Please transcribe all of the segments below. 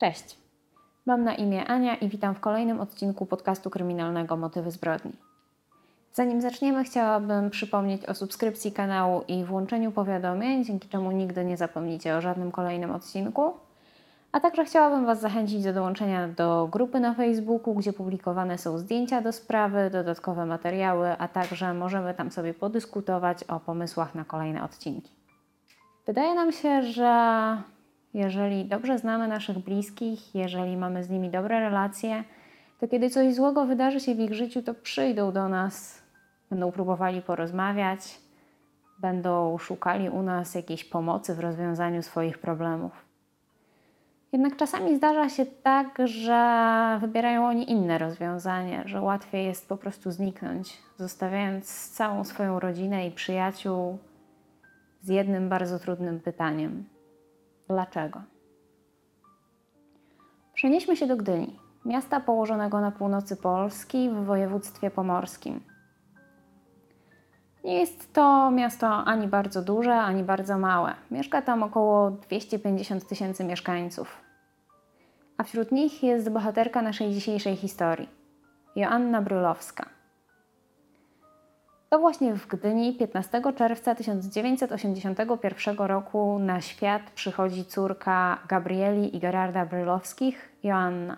Cześć, mam na imię Ania i witam w kolejnym odcinku podcastu kryminalnego Motywy zbrodni. Zanim zaczniemy, chciałabym przypomnieć o subskrypcji kanału i włączeniu powiadomień, dzięki czemu nigdy nie zapomnicie o żadnym kolejnym odcinku. A także chciałabym Was zachęcić do dołączenia do grupy na Facebooku, gdzie publikowane są zdjęcia do sprawy, dodatkowe materiały, a także możemy tam sobie podyskutować o pomysłach na kolejne odcinki. Wydaje nam się, że jeżeli dobrze znamy naszych bliskich, jeżeli mamy z nimi dobre relacje, to kiedy coś złego wydarzy się w ich życiu, to przyjdą do nas, będą próbowali porozmawiać, będą szukali u nas jakiejś pomocy w rozwiązaniu swoich problemów. Jednak czasami zdarza się tak, że wybierają oni inne rozwiązanie, że łatwiej jest po prostu zniknąć, zostawiając całą swoją rodzinę i przyjaciół z jednym bardzo trudnym pytaniem. Dlaczego? Przenieśmy się do Gdyni, miasta położonego na północy Polski w województwie pomorskim. Nie jest to miasto ani bardzo duże, ani bardzo małe. Mieszka tam około 250 000 mieszkańców. A wśród nich jest bohaterka naszej dzisiejszej historii, Joanna Brylowska. To właśnie w Gdyni 15 czerwca 1981 roku na świat przychodzi córka Gabrieli i Gerarda Brylowskich, Joanna.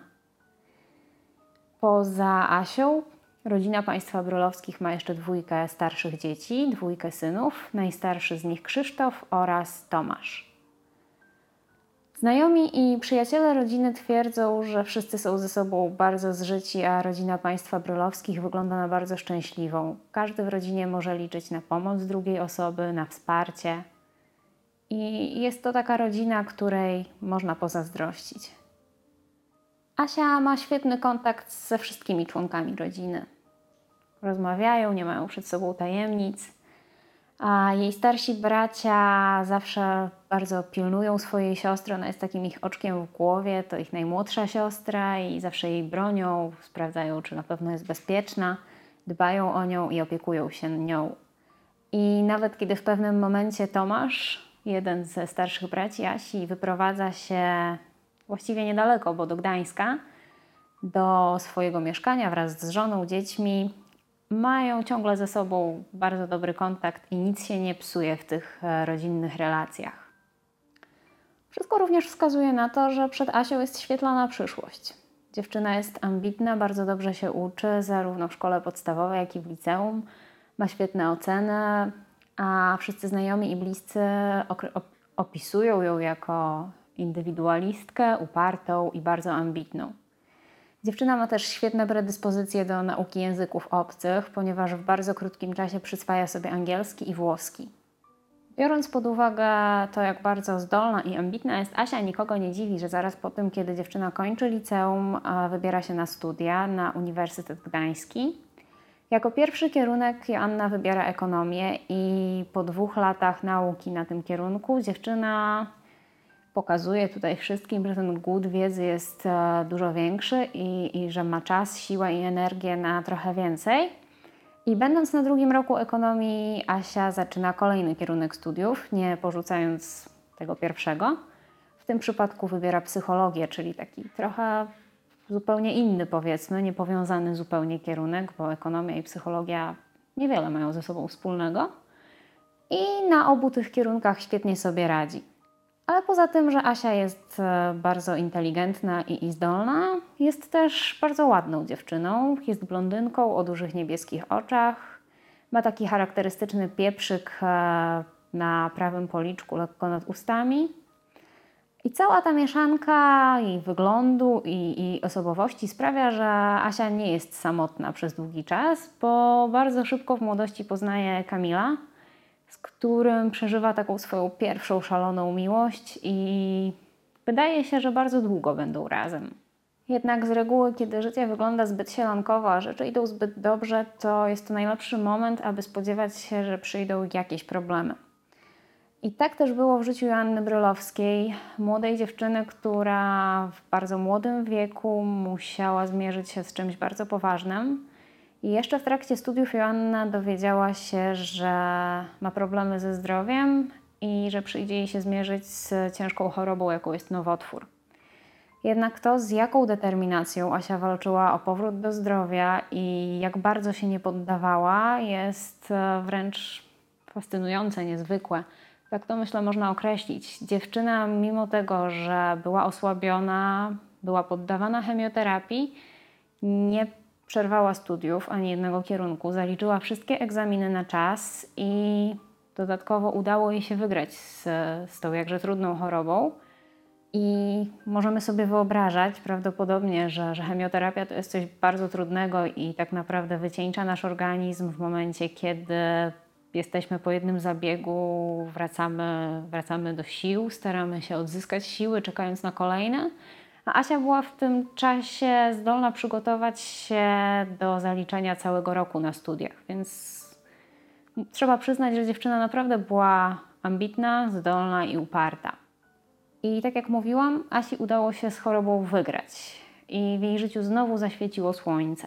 Poza Asią, rodzina państwa Brylowskich ma jeszcze 2 starszych dzieci, 2 synów, najstarszy z nich Krzysztof oraz Tomasz. Znajomi i przyjaciele rodziny twierdzą, że wszyscy są ze sobą bardzo zżyci, a rodzina państwa Brylowskich wygląda na bardzo szczęśliwą. Każdy w rodzinie może liczyć na pomoc drugiej osoby, na wsparcie. I jest to taka rodzina, której można pozazdrościć. Asia ma świetny kontakt ze wszystkimi członkami rodziny. Rozmawiają, nie mają przed sobą tajemnic. A jej starsi bracia zawsze bardzo pilnują swojej siostry. Ona jest takim ich oczkiem w głowie, to ich najmłodsza siostra i zawsze jej bronią, sprawdzają, czy na pewno jest bezpieczna, dbają o nią i opiekują się nią. I nawet kiedy w pewnym momencie Tomasz, jeden ze starszych braci Asi, wyprowadza się właściwie niedaleko, bo do Gdańska, do swojego mieszkania wraz z żoną, dziećmi, mają ciągle ze sobą bardzo dobry kontakt i nic się nie psuje w tych rodzinnych relacjach. Wszystko również wskazuje na to, że przed Asią jest świetlana przyszłość. Dziewczyna jest ambitna, bardzo dobrze się uczy, zarówno w szkole podstawowej, jak i w liceum. Ma świetne oceny, a wszyscy znajomi i bliscy opisują ją jako indywidualistkę, upartą i bardzo ambitną. Dziewczyna ma też świetne predyspozycje do nauki języków obcych, ponieważ w bardzo krótkim czasie przyswaja sobie angielski i włoski. Biorąc pod uwagę to, jak bardzo zdolna i ambitna jest Asia, nikogo nie dziwi, że zaraz po tym, kiedy dziewczyna kończy liceum, wybiera się na studia na Uniwersytet Gdański. Jako pierwszy kierunek Joanna wybiera ekonomię i po 2 latach nauki na tym kierunku dziewczyna pokazuje tutaj wszystkim, że ten głód wiedzy jest dużo większy i że ma czas, siłę i energię na trochę więcej. I będąc na 2. roku ekonomii, Asia zaczyna kolejny kierunek studiów, nie porzucając tego pierwszego. W tym przypadku wybiera psychologię, czyli taki trochę zupełnie inny, powiedzmy, niepowiązany zupełnie kierunek, bo ekonomia i psychologia niewiele mają ze sobą wspólnego. I na obu tych kierunkach świetnie sobie radzi. Ale poza tym, że Asia jest bardzo inteligentna i zdolna, jest też bardzo ładną dziewczyną. Jest blondynką o dużych niebieskich oczach. Ma taki charakterystyczny pieprzyk na prawym policzku, lekko nad ustami. I cała ta mieszanka jej wyglądu i osobowości sprawia, że Asia nie jest samotna przez długi czas, bo bardzo szybko w młodości poznaje Kamila, z którym przeżywa taką swoją pierwszą szaloną miłość i wydaje się, że bardzo długo będą razem. Jednak z reguły, kiedy życie wygląda zbyt sielankowo, a rzeczy idą zbyt dobrze, to jest to najlepszy moment, aby spodziewać się, że przyjdą jakieś problemy. I tak też było w życiu Joanny Brylowskiej, młodej dziewczyny, która w bardzo młodym wieku musiała zmierzyć się z czymś bardzo poważnym. I jeszcze w trakcie studiów Joanna dowiedziała się, że ma problemy ze zdrowiem i że przyjdzie jej się zmierzyć z ciężką chorobą, jaką jest nowotwór. Jednak to, z jaką determinacją Asia walczyła o powrót do zdrowia i jak bardzo się nie poddawała, jest wręcz fascynujące, niezwykłe. Tak to myślę można określić. Dziewczyna, mimo tego, że była osłabiona, była poddawana chemioterapii, nie przerwała studiów ani jednego kierunku, zaliczyła wszystkie egzaminy na czas i dodatkowo udało jej się wygrać z tą jakże trudną chorobą. I możemy sobie wyobrażać prawdopodobnie, że chemioterapia to jest coś bardzo trudnego i tak naprawdę wycieńcza nasz organizm w momencie, kiedy jesteśmy po jednym zabiegu, wracamy do sił, staramy się odzyskać siły, czekając na kolejne. A Asia była w tym czasie zdolna przygotować się do zaliczenia całego roku na studiach, więc trzeba przyznać, że dziewczyna naprawdę była ambitna, zdolna i uparta. I tak jak mówiłam, Asi udało się z chorobą wygrać i w jej życiu znowu zaświeciło słońce.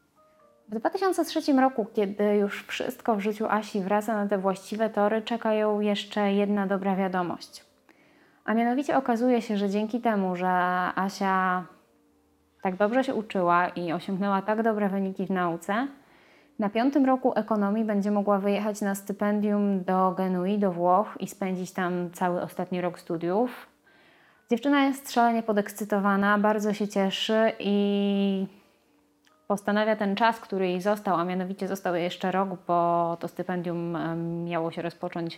W 2003 roku, kiedy już wszystko w życiu Asi wraca na te właściwe tory, czeka ją jeszcze jedna dobra wiadomość. A mianowicie okazuje się, że dzięki temu, że Asia tak dobrze się uczyła i osiągnęła tak dobre wyniki w nauce, na 5. roku ekonomii będzie mogła wyjechać na stypendium do Genui, do Włoch i spędzić tam cały ostatni rok studiów. Dziewczyna jest szalenie podekscytowana, bardzo się cieszy i postanawia ten czas, który jej został, a mianowicie został jej jeszcze rok, bo to stypendium miało się rozpocząć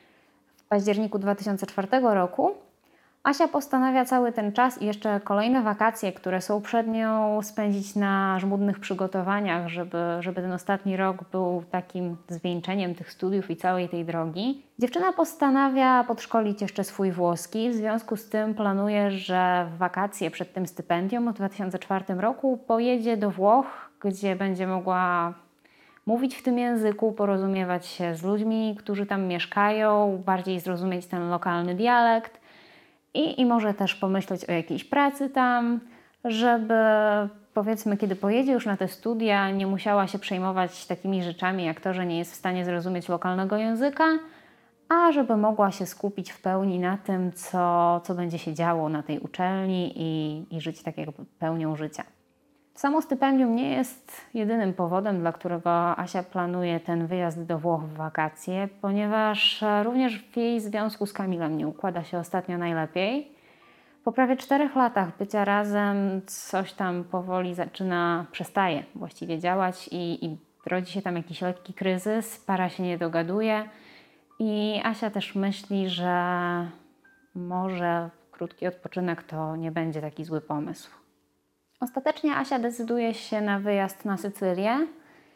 w październiku 2004 roku. Asia postanawia cały ten czas i jeszcze kolejne wakacje, które są przed nią, spędzić na żmudnych przygotowaniach, żeby ten ostatni rok był takim zwieńczeniem tych studiów i całej tej drogi. Dziewczyna postanawia podszkolić jeszcze swój włoski, w związku z tym planuje, że w wakacje przed tym stypendium w 2004 roku pojedzie do Włoch, gdzie będzie mogła mówić w tym języku, porozumiewać się z ludźmi, którzy tam mieszkają, bardziej zrozumieć ten lokalny dialekt. I może też pomyśleć o jakiejś pracy tam, żeby powiedzmy, kiedy pojedzie już na te studia, nie musiała się przejmować takimi rzeczami jak to, że nie jest w stanie zrozumieć lokalnego języka, a żeby mogła się skupić w pełni na tym, co będzie się działo na tej uczelni i żyć tak jakby pełnią życia. Samo stypendium nie jest jedynym powodem, dla którego Asia planuje ten wyjazd do Włoch w wakacje, ponieważ również w jej związku z Kamilem nie układa się ostatnio najlepiej. Po prawie 4 latach bycia razem coś tam powoli przestaje właściwie działać i rodzi się tam jakiś lekki kryzys, para się nie dogaduje i Asia też myśli, że może krótki odpoczynek to nie będzie taki zły pomysł. Ostatecznie Asia decyduje się na wyjazd na Sycylię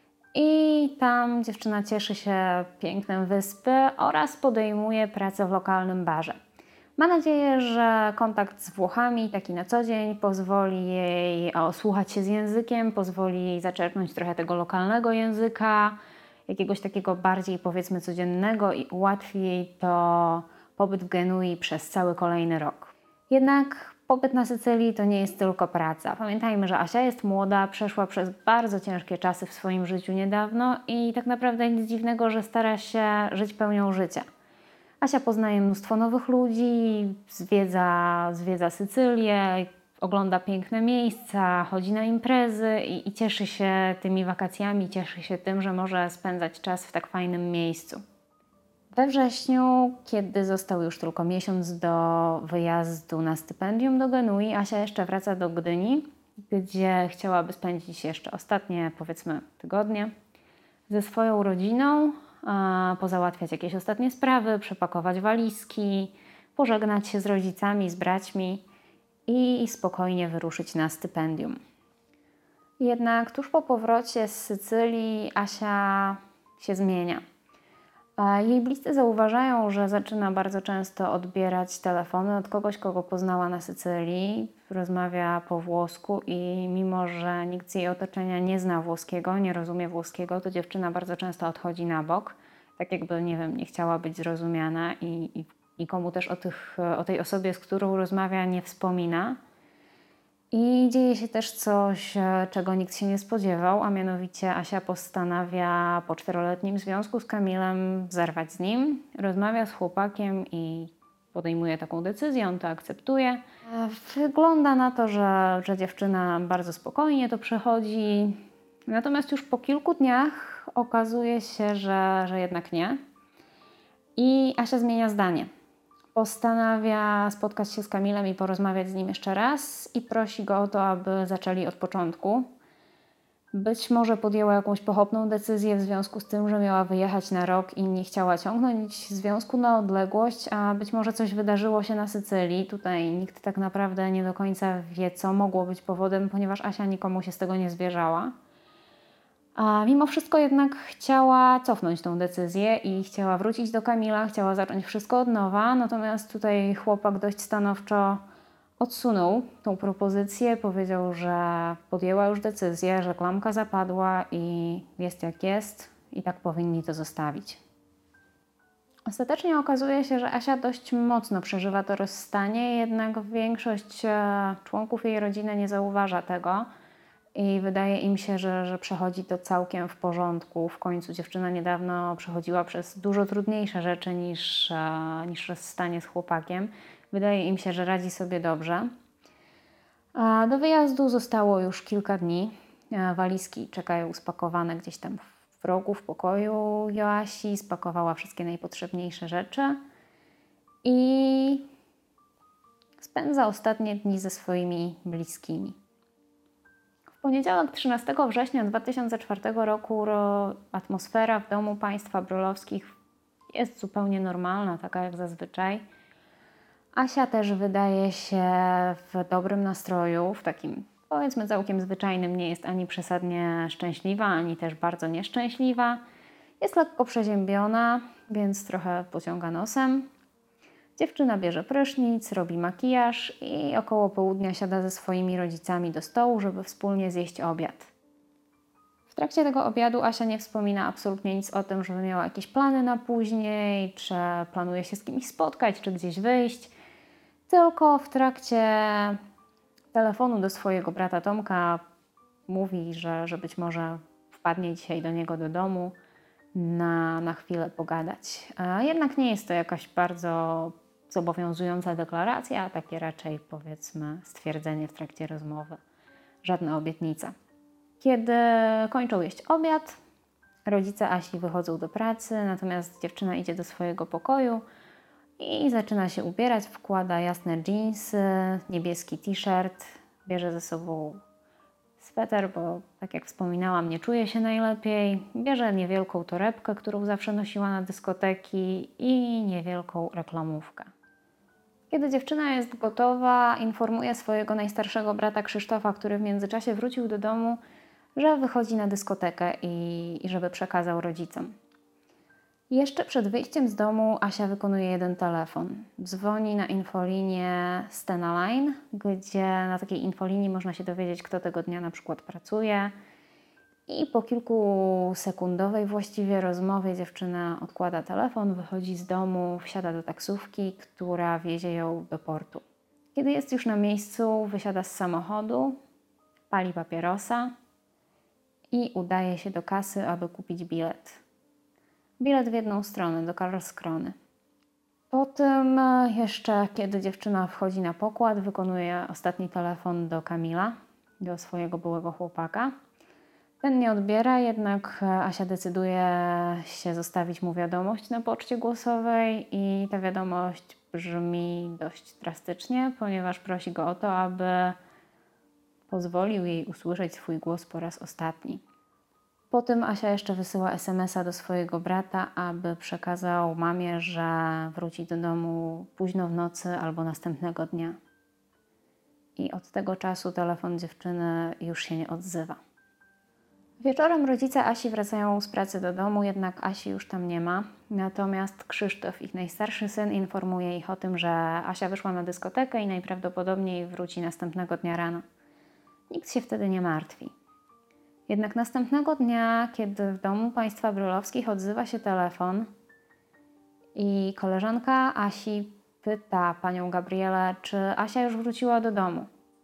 i tam dziewczyna cieszy się pięknem wyspy oraz podejmuje pracę w lokalnym barze. Ma nadzieję, że kontakt z Włochami, taki na co dzień, pozwoli jej osłuchać się z językiem, pozwoli jej zaczerpnąć trochę tego lokalnego języka, jakiegoś takiego bardziej powiedzmy codziennego i ułatwi jej to pobyt w Genui przez cały kolejny rok. Jednak pobyt na Sycylii to nie jest tylko praca. Pamiętajmy, że Asia jest młoda, przeszła przez bardzo ciężkie czasy w swoim życiu niedawno i tak naprawdę nic dziwnego, że stara się żyć pełnią życia. Asia poznaje mnóstwo nowych ludzi, zwiedza Sycylię, ogląda piękne miejsca, chodzi na imprezy i cieszy się tymi wakacjami, cieszy się tym, że może spędzać czas w tak fajnym miejscu. We wrześniu, kiedy został już tylko miesiąc do wyjazdu na stypendium do Genui, Asia jeszcze wraca do Gdyni, gdzie chciałaby spędzić jeszcze ostatnie, powiedzmy, tygodnie ze swoją rodziną, pozałatwiać jakieś ostatnie sprawy, przepakować walizki, pożegnać się z rodzicami, z braćmi i spokojnie wyruszyć na stypendium. Jednak tuż po powrocie z Sycylii Asia się zmienia. Jej bliscy zauważają, że zaczyna bardzo często odbierać telefony od kogoś, kogo poznała na Sycylii. Rozmawia po włosku i mimo, że nikt z jej otoczenia nie zna włoskiego, nie rozumie włoskiego, to dziewczyna bardzo często odchodzi na bok. Tak jakby, nie wiem, nie chciała być zrozumiana i nikomu też o tej osobie, z którą rozmawia, nie wspomina. I dzieje się też coś, czego nikt się nie spodziewał, a mianowicie Asia postanawia po 4-letnim związku z Kamilem zerwać z nim. Rozmawia z chłopakiem i podejmuje taką decyzję, on to akceptuje. Wygląda na to, że dziewczyna bardzo spokojnie to przechodzi. Natomiast już po kilku dniach okazuje się, że jednak nie. I Asia zmienia zdanie. Postanawia spotkać się z Kamilem i porozmawiać z nim jeszcze raz i prosi go o to, aby zaczęli od początku. Być może podjęła jakąś pochopną decyzję w związku z tym, że miała wyjechać na rok i nie chciała ciągnąć związku na odległość, a być może coś wydarzyło się na Sycylii. Tutaj nikt tak naprawdę nie do końca wie, co mogło być powodem, ponieważ Asia nikomu się z tego nie zwierzała. A mimo wszystko jednak chciała cofnąć tą decyzję i chciała wrócić do Kamila, chciała zacząć wszystko od nowa, natomiast tutaj chłopak dość stanowczo odsunął tą propozycję, powiedział, że podjęła już decyzję, że klamka zapadła i jest jak jest i tak powinni to zostawić. Ostatecznie okazuje się, że Asia dość mocno przeżywa to rozstanie, jednak większość członków jej rodziny nie zauważa tego i wydaje im się, że przechodzi to całkiem w porządku. W końcu dziewczyna niedawno przechodziła przez dużo trudniejsze rzeczy niż rozstanie z chłopakiem. Wydaje im się, że radzi sobie dobrze. A do wyjazdu zostało już kilka dni. Walizki czekają spakowane gdzieś tam w rogu, w pokoju Joasi. Spakowała wszystkie najpotrzebniejsze rzeczy i spędza ostatnie dni ze swoimi bliskimi. W poniedziałek 13 września 2004 roku atmosfera w domu państwa Brolowskich jest zupełnie normalna, taka jak zazwyczaj. Asia też wydaje się w dobrym nastroju, w takim powiedzmy całkiem zwyczajnym, nie jest ani przesadnie szczęśliwa, ani też bardzo nieszczęśliwa. Jest lekko przeziębiona, więc trochę pociąga nosem. Dziewczyna bierze prysznic, robi makijaż i około południa siada ze swoimi rodzicami do stołu, żeby wspólnie zjeść obiad. W trakcie tego obiadu Asia nie wspomina absolutnie nic o tym, żeby miała jakieś plany na później, czy planuje się z kimś spotkać, czy gdzieś wyjść. Tylko w trakcie telefonu do swojego brata Tomka mówi, że być może wpadnie dzisiaj do niego do domu na chwilę pogadać. A jednak nie jest to jakaś bardzo zobowiązująca deklaracja, a takie raczej powiedzmy stwierdzenie w trakcie rozmowy. Żadna obietnica. Kiedy kończą jeść obiad, rodzice Asi wychodzą do pracy, natomiast dziewczyna idzie do swojego pokoju i zaczyna się ubierać, wkłada jasne dżinsy, niebieski t-shirt, bierze ze sobą sweter, bo tak jak wspominałam, nie czuje się najlepiej. Bierze niewielką torebkę, którą zawsze nosiła na dyskoteki i niewielką reklamówkę. Kiedy dziewczyna jest gotowa, informuje swojego najstarszego brata Krzysztofa, który w międzyczasie wrócił do domu, że wychodzi na dyskotekę i żeby przekazał rodzicom. Jeszcze przed wyjściem z domu Asia wykonuje jeden telefon. Dzwoni na infolinię Stena Line, gdzie na takiej infolinii można się dowiedzieć, kto tego dnia na przykład pracuje. I po kilkusekundowej właściwie rozmowie dziewczyna odkłada telefon, wychodzi z domu, wsiada do taksówki, która wiezie ją do portu. Kiedy jest już na miejscu, wysiada z samochodu, pali papierosa i udaje się do kasy, aby kupić bilet. Bilet w jedną stronę, do Karlskrony. Potem jeszcze, kiedy dziewczyna wchodzi na pokład, wykonuje ostatni telefon do Kamila, do swojego byłego chłopaka. Ten nie odbiera, jednak Asia decyduje się zostawić mu wiadomość na poczcie głosowej i ta wiadomość brzmi dość drastycznie, ponieważ prosi go o to, aby pozwolił jej usłyszeć swój głos po raz ostatni. Po tym Asia jeszcze wysyła SMS-a do swojego brata, aby przekazał mamie, że wróci do domu późno w nocy albo następnego dnia. I od tego czasu telefon dziewczyny już się nie odzywa. Wieczorem rodzice Asi wracają z pracy do domu, jednak Asi już tam nie ma. Natomiast Krzysztof, ich najstarszy syn, informuje ich o tym, że Asia wyszła na dyskotekę i najprawdopodobniej wróci następnego dnia rano. Nikt się wtedy nie martwi. Jednak następnego dnia, kiedy w domu państwa Brylowskich odzywa się telefon i koleżanka Asi pyta panią Gabrielę, czy Asia już wróciła do domu.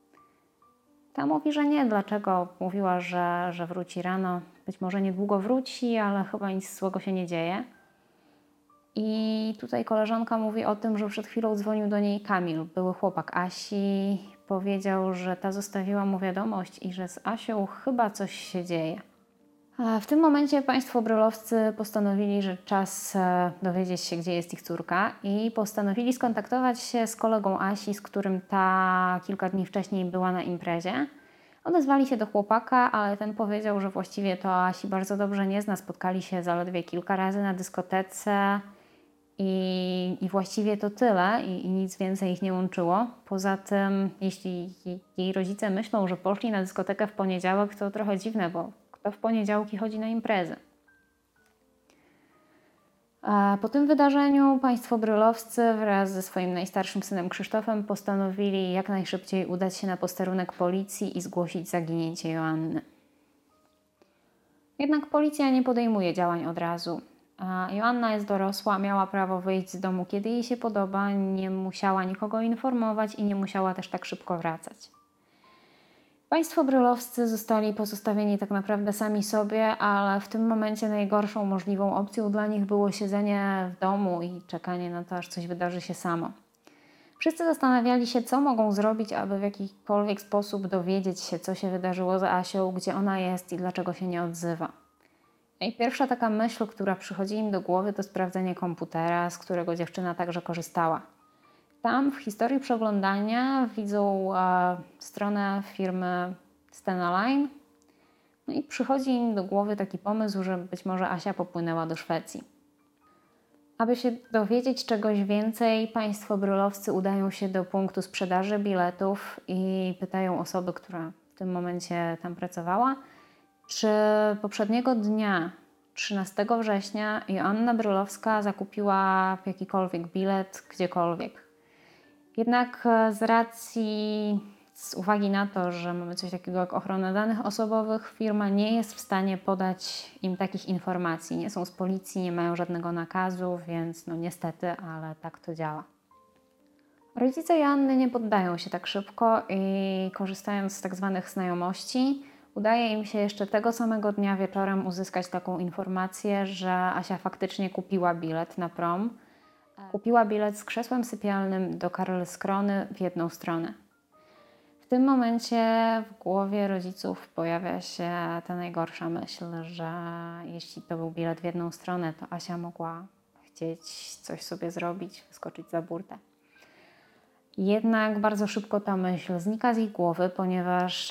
Ta mówi, że nie. Dlaczego? Mówiła, że wróci rano. Być może niedługo wróci, ale chyba nic złego się nie dzieje. I tutaj koleżanka mówi o tym, że przed chwilą dzwonił do niej Kamil, były chłopak Asi. Powiedział, że ta zostawiła mu wiadomość i że z Asią chyba coś się dzieje. A w tym momencie państwo brylowscy postanowili, że czas dowiedzieć się, gdzie jest ich córka i postanowili skontaktować się z kolegą Asi, z którym ta kilka dni wcześniej była na imprezie. Odezwali się do chłopaka, ale ten powiedział, że właściwie to Asi bardzo dobrze nie zna. Spotkali się zaledwie kilka razy na dyskotece i właściwie to tyle i nic więcej ich nie łączyło. Poza tym, jeśli jej rodzice myślą, że poszli na dyskotekę w poniedziałek, to trochę dziwne, bo kto w poniedziałki chodzi na imprezy? A po tym wydarzeniu państwo brylowscy wraz ze swoim najstarszym synem Krzysztofem postanowili jak najszybciej udać się na posterunek policji i zgłosić zaginięcie Joanny. Jednak policja nie podejmuje działań od razu. Joanna jest dorosła, miała prawo wyjść z domu, kiedy jej się podoba, nie musiała nikogo informować i nie musiała też tak szybko wracać. Państwo brylowscy zostali pozostawieni tak naprawdę sami sobie, ale w tym momencie najgorszą możliwą opcją dla nich było siedzenie w domu i czekanie na to, aż coś wydarzy się samo. Wszyscy zastanawiali się, co mogą zrobić, aby w jakikolwiek sposób dowiedzieć się, co się wydarzyło z Asią, gdzie ona jest i dlaczego się nie odzywa. I pierwsza taka myśl, która przychodzi im do głowy, to sprawdzenie komputera, z którego dziewczyna także korzystała. Tam w historii przeglądania widzą stronę firmy Stena Line. No i przychodzi im do głowy taki pomysł, że być może Asia popłynęła do Szwecji. Aby się dowiedzieć czegoś więcej, państwo brylowscy udają się do punktu sprzedaży biletów i pytają osoby, która w tym momencie tam pracowała, czy poprzedniego dnia, 13 września, Joanna Brylowska zakupiła jakikolwiek bilet gdziekolwiek. Jednak z uwagi na to, że mamy coś takiego jak ochrona danych osobowych, firma nie jest w stanie podać im takich informacji. Nie są z policji, nie mają żadnego nakazu, więc no niestety, ale tak to działa. Rodzice Joanny nie poddają się tak szybko i korzystając z tak zwanych znajomości, udaje im się jeszcze tego samego dnia wieczorem uzyskać taką informację, że Asia faktycznie kupiła bilet na prom. Kupiła bilet z krzesłem sypialnym do Karlskrony w jedną stronę. W tym momencie w głowie rodziców pojawia się ta najgorsza myśl, że jeśli to był bilet w jedną stronę, to Asia mogła chcieć coś sobie zrobić, wyskoczyć za burtę. Jednak bardzo szybko ta myśl znika z ich głowy, ponieważ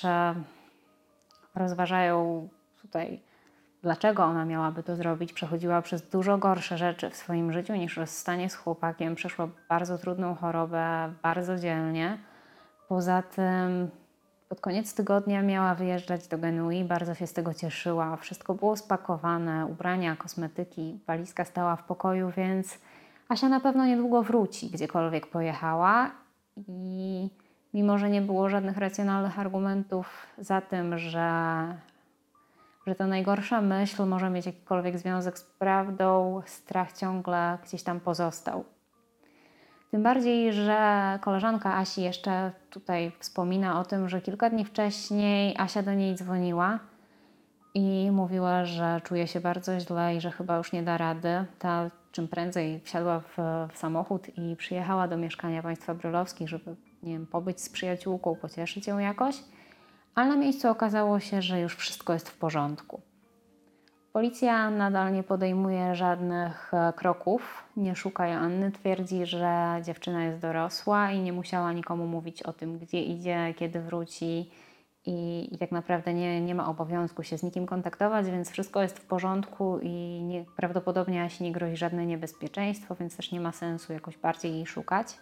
rozważają tutaj, dlaczego ona miałaby to zrobić. Przechodziła przez dużo gorsze rzeczy w swoim życiu niż rozstanie z chłopakiem. Przeszła bardzo trudną chorobę, bardzo dzielnie. Poza tym pod koniec tygodnia miała wyjeżdżać do Genui, bardzo się z tego cieszyła. Wszystko było spakowane, ubrania, kosmetyki, walizka stała w pokoju, więc Asia na pewno niedługo wróci, gdziekolwiek pojechała. I mimo, że nie było żadnych racjonalnych argumentów za tym, że ta najgorsza myśl może mieć jakikolwiek związek z prawdą, strach ciągle gdzieś tam pozostał. Tym bardziej, że koleżanka Asi jeszcze tutaj wspomina o tym, że kilka dni wcześniej Asia do niej dzwoniła i mówiła, że czuje się bardzo źle i że chyba już nie da rady. Ta czym prędzej wsiadła w samochód i przyjechała do mieszkania państwa brylowskich, żeby, nie wiem, pobyć z przyjaciółką, pocieszyć ją jakoś. Ale na miejscu okazało się, że już wszystko jest w porządku. Policja nadal nie podejmuje żadnych kroków, nie szuka Joanny, twierdzi, że dziewczyna jest dorosła i nie musiała nikomu mówić o tym, gdzie idzie, kiedy wróci i tak naprawdę nie ma obowiązku się z nikim kontaktować, więc wszystko jest w porządku i prawdopodobnie Asi nie grozi żadne niebezpieczeństwo, więc też nie ma sensu jakoś bardziej jej szukać.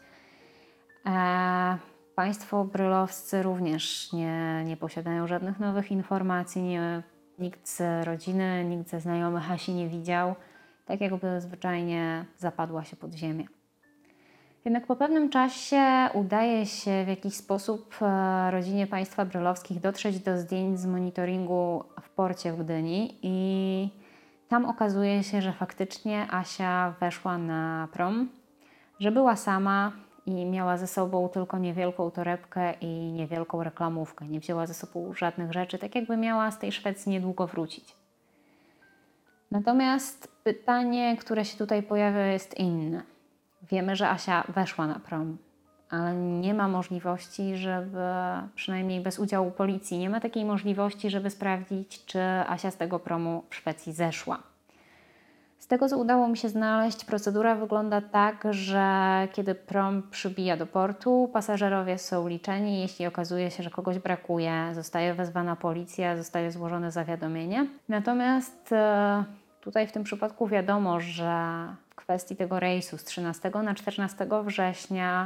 Państwo brylowscy również nie posiadają żadnych nowych informacji, nikt z rodziny, nikt ze znajomych Asi nie widział, tak jakby zwyczajnie zapadła się pod ziemię. Jednak po pewnym czasie udaje się w jakiś sposób rodzinie państwa brylowskich dotrzeć do zdjęć z monitoringu w porcie w Gdyni i tam okazuje się, że faktycznie Asia weszła na prom, że była sama i miała ze sobą tylko niewielką torebkę i niewielką reklamówkę. Nie wzięła ze sobą żadnych rzeczy, tak jakby miała z tej Szwecji niedługo wrócić. Natomiast pytanie, które się tutaj pojawia, jest inne. Wiemy, że Asia weszła na prom, ale nie ma możliwości, żeby, przynajmniej bez udziału policji, nie ma takiej możliwości, żeby sprawdzić, czy Asia z tego promu w Szwecji zeszła. Z tego, co udało mi się znaleźć, procedura wygląda tak, że kiedy prom przybija do portu, pasażerowie są liczeni. Jeśli okazuje się, że kogoś brakuje, zostaje wezwana policja, zostaje złożone zawiadomienie. Natomiast tutaj w tym przypadku wiadomo, że w kwestii tego rejsu z 13 na 14 września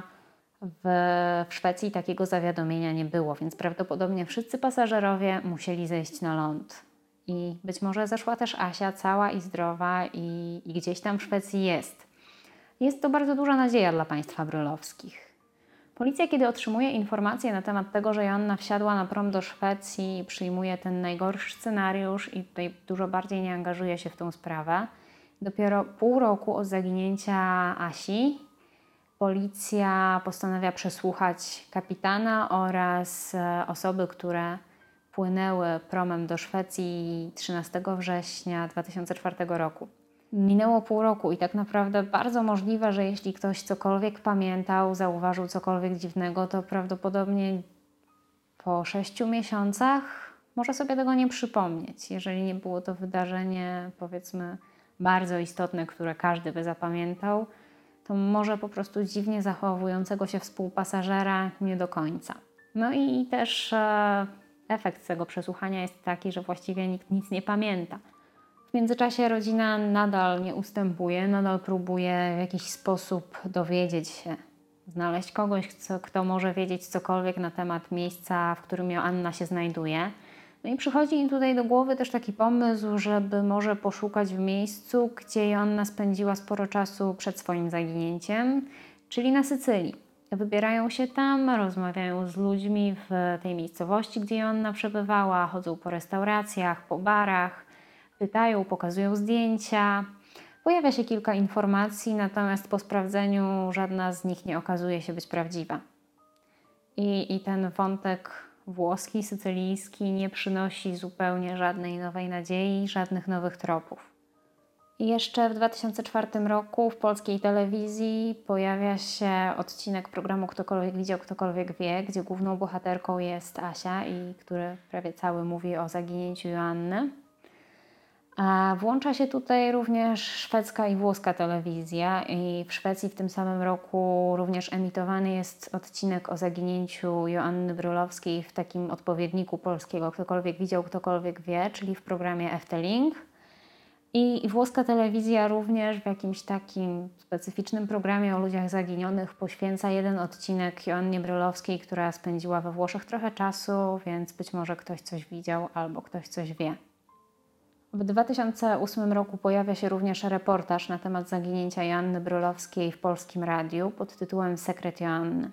w Szwecji takiego zawiadomienia nie było, więc prawdopodobnie wszyscy pasażerowie musieli zejść na ląd. I być może zeszła też Asia cała i zdrowa i gdzieś tam w Szwecji jest. Jest to bardzo duża nadzieja dla państwa brylowskich. Policja, kiedy otrzymuje informacje na temat tego, że Joanna wsiadła na prom do Szwecji, przyjmuje ten najgorszy scenariusz i tutaj dużo bardziej nie angażuje się w tą sprawę. Dopiero pół roku od zaginięcia Asi policja postanawia przesłuchać kapitana oraz osoby, które płynęły promem do Szwecji 13 września 2004 roku. Minęło pół roku i tak naprawdę bardzo możliwe, że jeśli ktoś cokolwiek pamiętał, zauważył cokolwiek dziwnego, to prawdopodobnie po 6 miesiącach może sobie tego nie przypomnieć. Jeżeli nie było to wydarzenie, powiedzmy, bardzo istotne, które każdy by zapamiętał, to może po prostu dziwnie zachowującego się współpasażera nie do końca. No i też efekt tego przesłuchania jest taki, że właściwie nikt nic nie pamięta. W międzyczasie rodzina nadal nie ustępuje, nadal próbuje w jakiś sposób dowiedzieć się, znaleźć kogoś, kto może wiedzieć cokolwiek na temat miejsca, w którym Joanna się znajduje. No i przychodzi im tutaj do głowy też taki pomysł, żeby może poszukać w miejscu, gdzie Joanna spędziła sporo czasu przed swoim zaginięciem, czyli na Sycylii. Wybierają się tam, rozmawiają z ludźmi w tej miejscowości, gdzie Joanna przebywała, chodzą po restauracjach, po barach, pytają, pokazują zdjęcia. Pojawia się kilka informacji, natomiast po sprawdzeniu żadna z nich nie okazuje się być prawdziwa. I ten wątek włoski, sycylijski nie przynosi zupełnie żadnej nowej nadziei, żadnych nowych tropów. I jeszcze w 2004 roku w polskiej telewizji pojawia się odcinek programu Ktokolwiek widział, ktokolwiek wie, gdzie główną bohaterką jest Asia i który prawie cały mówi o zaginięciu Joanny. A włącza się tutaj również szwedzka i włoska telewizja i w Szwecji w tym samym roku również emitowany jest odcinek o zaginięciu Joanny Brylowskiej w takim odpowiedniku polskiego Ktokolwiek widział, ktokolwiek wie, czyli w programie Efteling. I włoska telewizja również w jakimś takim specyficznym programie o ludziach zaginionych poświęca jeden odcinek Joannie Brylowskiej, która spędziła we Włoszech trochę czasu, więc być może ktoś coś widział albo ktoś coś wie. W 2008 roku pojawia się również reportaż na temat zaginięcia Joanny Brylowskiej w Polskim Radiu pod tytułem Sekret Joanny.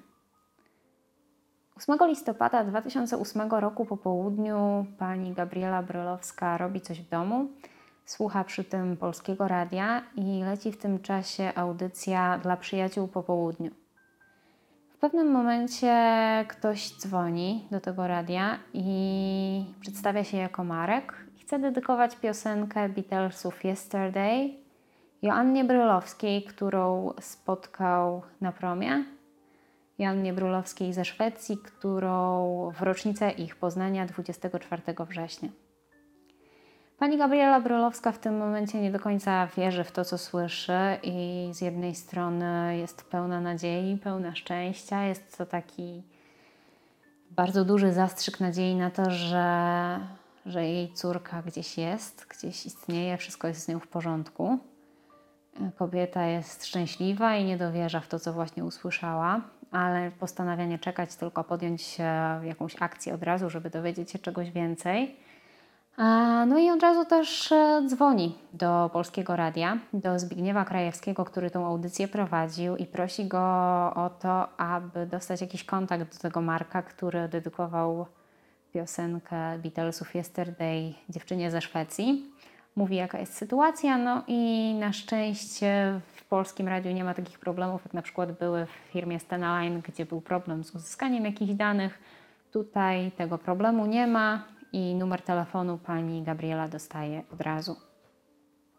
8 listopada 2008 roku po południu pani Gabriela Brylowska robi coś w domu, słucha przy tym Polskiego Radia i leci w tym czasie audycja dla przyjaciół po południu. W pewnym momencie ktoś dzwoni do tego radia i przedstawia się jako Marek. Chcę dedykować piosenkę Beatlesów Yesterday Joannie Brylowskiej, którą spotkał na promie. Joannie Brylowskiej ze Szwecji, którą w rocznicę ich poznania 24 września. Pani Gabriela Brylowska w tym momencie nie do końca wierzy w to, co słyszy i z jednej strony jest pełna nadziei, pełna szczęścia. Jest to taki bardzo duży zastrzyk nadziei na to, że jej córka gdzieś jest, gdzieś istnieje, wszystko jest z nią w porządku. Kobieta jest szczęśliwa i nie dowierza w to, co właśnie usłyszała, ale postanawia nie czekać, tylko podjąć jakąś akcję od razu, żeby dowiedzieć się czegoś więcej. No i od razu też dzwoni do Polskiego Radia, do Zbigniewa Krajewskiego, który tą audycję prowadził i prosi go o to, aby dostać jakiś kontakt do tego Marka, który dedykował piosenkę Beatlesów Yesterday dziewczynie ze Szwecji. Mówi, jaka jest sytuacja, no i na szczęście w Polskim Radiu nie ma takich problemów, jak na przykład były w firmie Stena Line, gdzie był problem z uzyskaniem jakichś danych. Tutaj tego problemu nie ma i numer telefonu pani Gabriela dostaje od razu.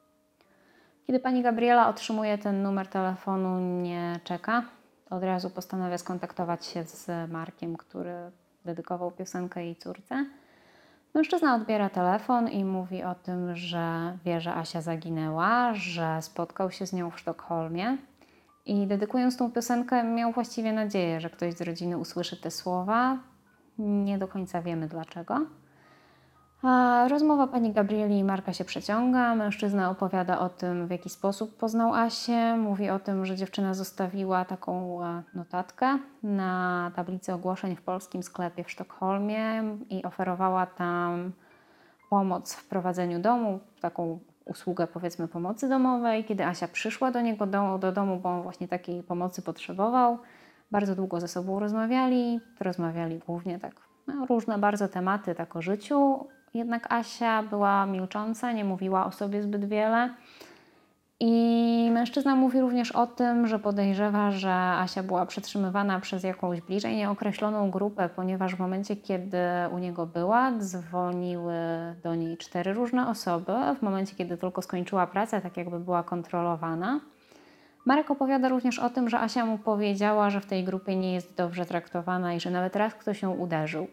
Kiedy pani Gabriela otrzymuje ten numer telefonu, nie czeka. Od razu postanawia skontaktować się z Markiem, który dedykował piosenkę jej córce. Mężczyzna odbiera telefon i mówi o tym, że wie, że Asia zaginęła, że spotkał się z nią w Sztokholmie i dedykując tą piosenkę miał właściwie nadzieję, że ktoś z rodziny usłyszy te słowa. Nie do końca wiemy dlaczego. A rozmowa pani Gabrieli i Marka się przeciąga. Mężczyzna opowiada o tym, w jaki sposób poznał Asię. Mówi o tym, że dziewczyna zostawiła taką notatkę na tablicy ogłoszeń w polskim sklepie w Sztokholmie i oferowała tam pomoc w prowadzeniu domu, taką usługę, powiedzmy, pomocy domowej. Kiedy Asia przyszła do niego do domu, bo on właśnie takiej pomocy potrzebował, bardzo długo ze sobą rozmawiali głównie tak różne bardzo tematy, tak o życiu. Jednak Asia była milcząca, nie mówiła o sobie zbyt wiele. I mężczyzna mówi również o tym, że podejrzewa, że Asia była przetrzymywana przez jakąś bliżej nieokreśloną grupę, ponieważ w momencie, kiedy u niego była, dzwoniły do niej 4 różne osoby. W momencie, kiedy tylko skończyła pracę, tak jakby była kontrolowana. Marek opowiada również o tym, że Asia mu powiedziała, że w tej grupie nie jest dobrze traktowana i że nawet raz ktoś ją uderzył.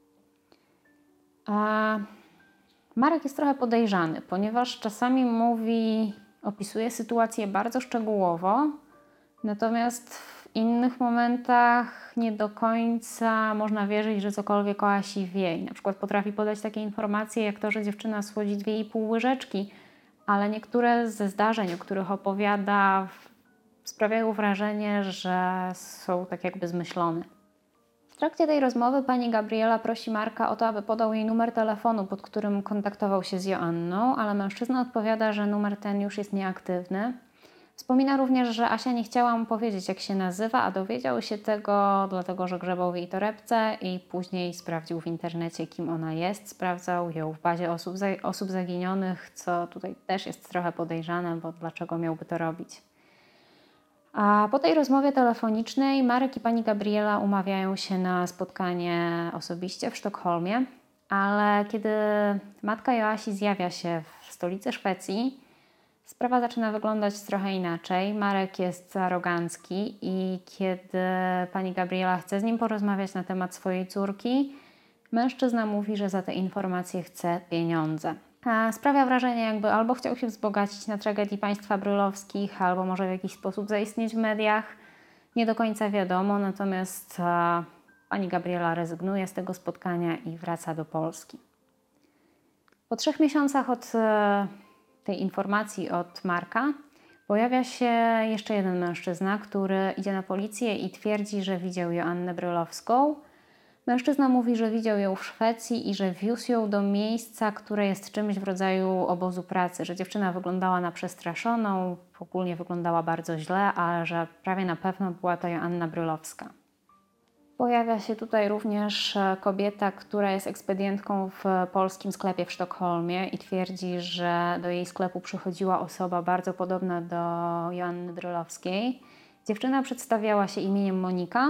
A Marek jest trochę podejrzany, ponieważ czasami opisuje sytuację bardzo szczegółowo, natomiast w innych momentach nie do końca można wierzyć, że cokolwiek o Asi wie. Na przykład potrafi podać takie informacje jak to, że dziewczyna słodzi 2,5 łyżeczki, ale niektóre ze zdarzeń, o których opowiada, sprawiają wrażenie, że są tak jakby zmyślone. W trakcie tej rozmowy pani Gabriela prosi Marka o to, aby podał jej numer telefonu, pod którym kontaktował się z Joanną, ale mężczyzna odpowiada, że numer ten już jest nieaktywny. Wspomina również, że Asia nie chciała mu powiedzieć, jak się nazywa, a dowiedział się tego dlatego, że grzebał w jej torebce i później sprawdził w internecie, kim ona jest. Sprawdzał ją w bazie osób zaginionych, co tutaj też jest trochę podejrzane, bo dlaczego miałby to robić. A po tej rozmowie telefonicznej Marek i pani Gabriela umawiają się na spotkanie osobiście w Sztokholmie, ale kiedy matka Joasi zjawia się w stolicy Szwecji, sprawa zaczyna wyglądać trochę inaczej. Marek jest arogancki i kiedy pani Gabriela chce z nim porozmawiać na temat swojej córki, mężczyzna mówi, że za te informacje chce pieniądze. Sprawia wrażenie, jakby albo chciał się wzbogacić na tragedii państwa brylowskich, albo może w jakiś sposób zaistnieć w mediach. Nie do końca wiadomo, natomiast pani Gabriela rezygnuje z tego spotkania i wraca do Polski. Po 3 miesiącach od tej informacji od Marka pojawia się jeszcze jeden mężczyzna, który idzie na policję i twierdzi, że widział Joannę Brylowską. Mężczyzna mówi, że widział ją w Szwecji i że wiózł ją do miejsca, które jest czymś w rodzaju obozu pracy, że dziewczyna wyglądała na przestraszoną, ogólnie wyglądała bardzo źle, ale że prawie na pewno była to Joanna Brylowska. Pojawia się tutaj również kobieta, która jest ekspedientką w polskim sklepie w Sztokholmie i twierdzi, że do jej sklepu przychodziła osoba bardzo podobna do Joanny Brylowskiej. Dziewczyna przedstawiała się imieniem Monika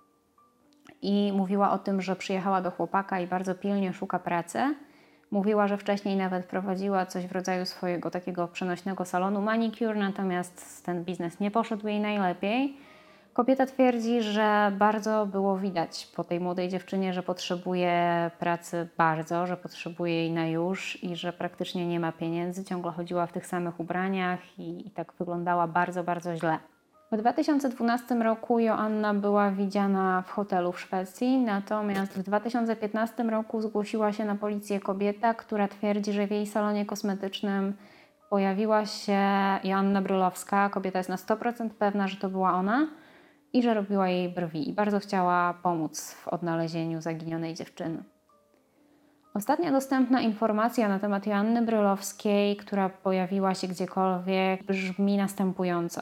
i mówiła o tym, że przyjechała do chłopaka i bardzo pilnie szuka pracy. Mówiła, że wcześniej nawet prowadziła coś w rodzaju swojego takiego przenośnego salonu manicure, natomiast ten biznes nie poszedł jej najlepiej. Kobieta twierdzi, że bardzo było widać po tej młodej dziewczynie, że potrzebuje pracy bardzo, że potrzebuje jej na już i że praktycznie nie ma pieniędzy. Ciągle chodziła w tych samych ubraniach i tak wyglądała bardzo, bardzo źle. W 2012 roku Joanna była widziana w hotelu w Szwecji, natomiast w 2015 roku zgłosiła się na policję kobieta, która twierdzi, że w jej salonie kosmetycznym pojawiła się Joanna Brylowska. Kobieta jest na 100% pewna, że to była ona i że robiła jej brwi i bardzo chciała pomóc w odnalezieniu zaginionej dziewczyny. Ostatnia dostępna informacja na temat Joanny Brylowskiej, która pojawiła się gdziekolwiek, brzmi następująco.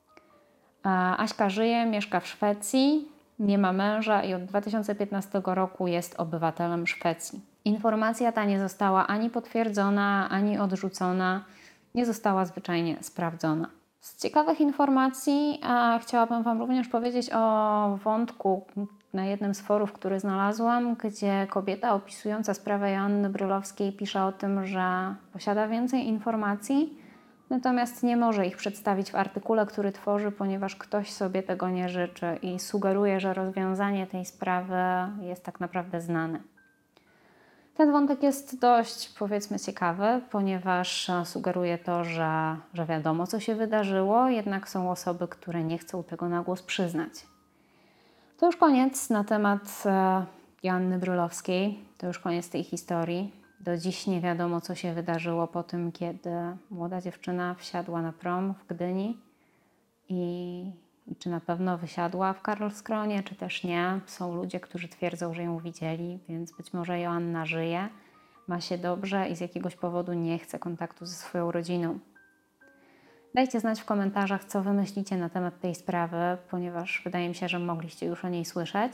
Aśka żyje, mieszka w Szwecji, nie ma męża i od 2015 roku jest obywatelem Szwecji. Informacja ta nie została ani potwierdzona, ani odrzucona, nie została zwyczajnie sprawdzona. Z ciekawych informacji chciałabym Wam również powiedzieć o wątku na jednym z forów, który znalazłam, gdzie kobieta opisująca sprawę Joanny Brylowskiej pisze o tym, że posiada więcej informacji, Natomiast nie może ich przedstawić w artykule, który tworzy, ponieważ ktoś sobie tego nie życzy i sugeruje, że rozwiązanie tej sprawy jest tak naprawdę znane. Ten wątek jest dość, powiedzmy, ciekawy, ponieważ sugeruje to, że wiadomo, co się wydarzyło, jednak są osoby, które nie chcą tego na głos przyznać. To już koniec na temat Joanny Brylowskiej. To już koniec tej historii. Do dziś nie wiadomo, co się wydarzyło po tym, kiedy młoda dziewczyna wsiadła na prom w Gdyni i czy na pewno wysiadła w Karlskronie, czy też nie. Są ludzie, którzy twierdzą, że ją widzieli, więc być może Joanna żyje, ma się dobrze i z jakiegoś powodu nie chce kontaktu ze swoją rodziną. Dajcie znać w komentarzach, co wy myślicie na temat tej sprawy, ponieważ wydaje mi się, że mogliście już o niej słyszeć.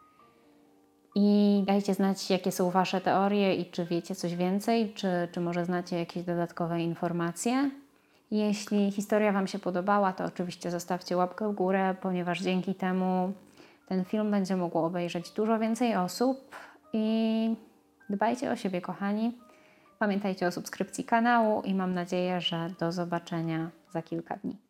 I dajcie znać, jakie są wasze teorie i czy wiecie coś więcej, czy może znacie jakieś dodatkowe informacje. Jeśli historia wam się podobała, to oczywiście zostawcie łapkę w górę, ponieważ dzięki temu ten film będzie mogło obejrzeć dużo więcej osób. I dbajcie o siebie, kochani. Pamiętajcie o subskrypcji kanału i mam nadzieję, że do zobaczenia za kilka dni.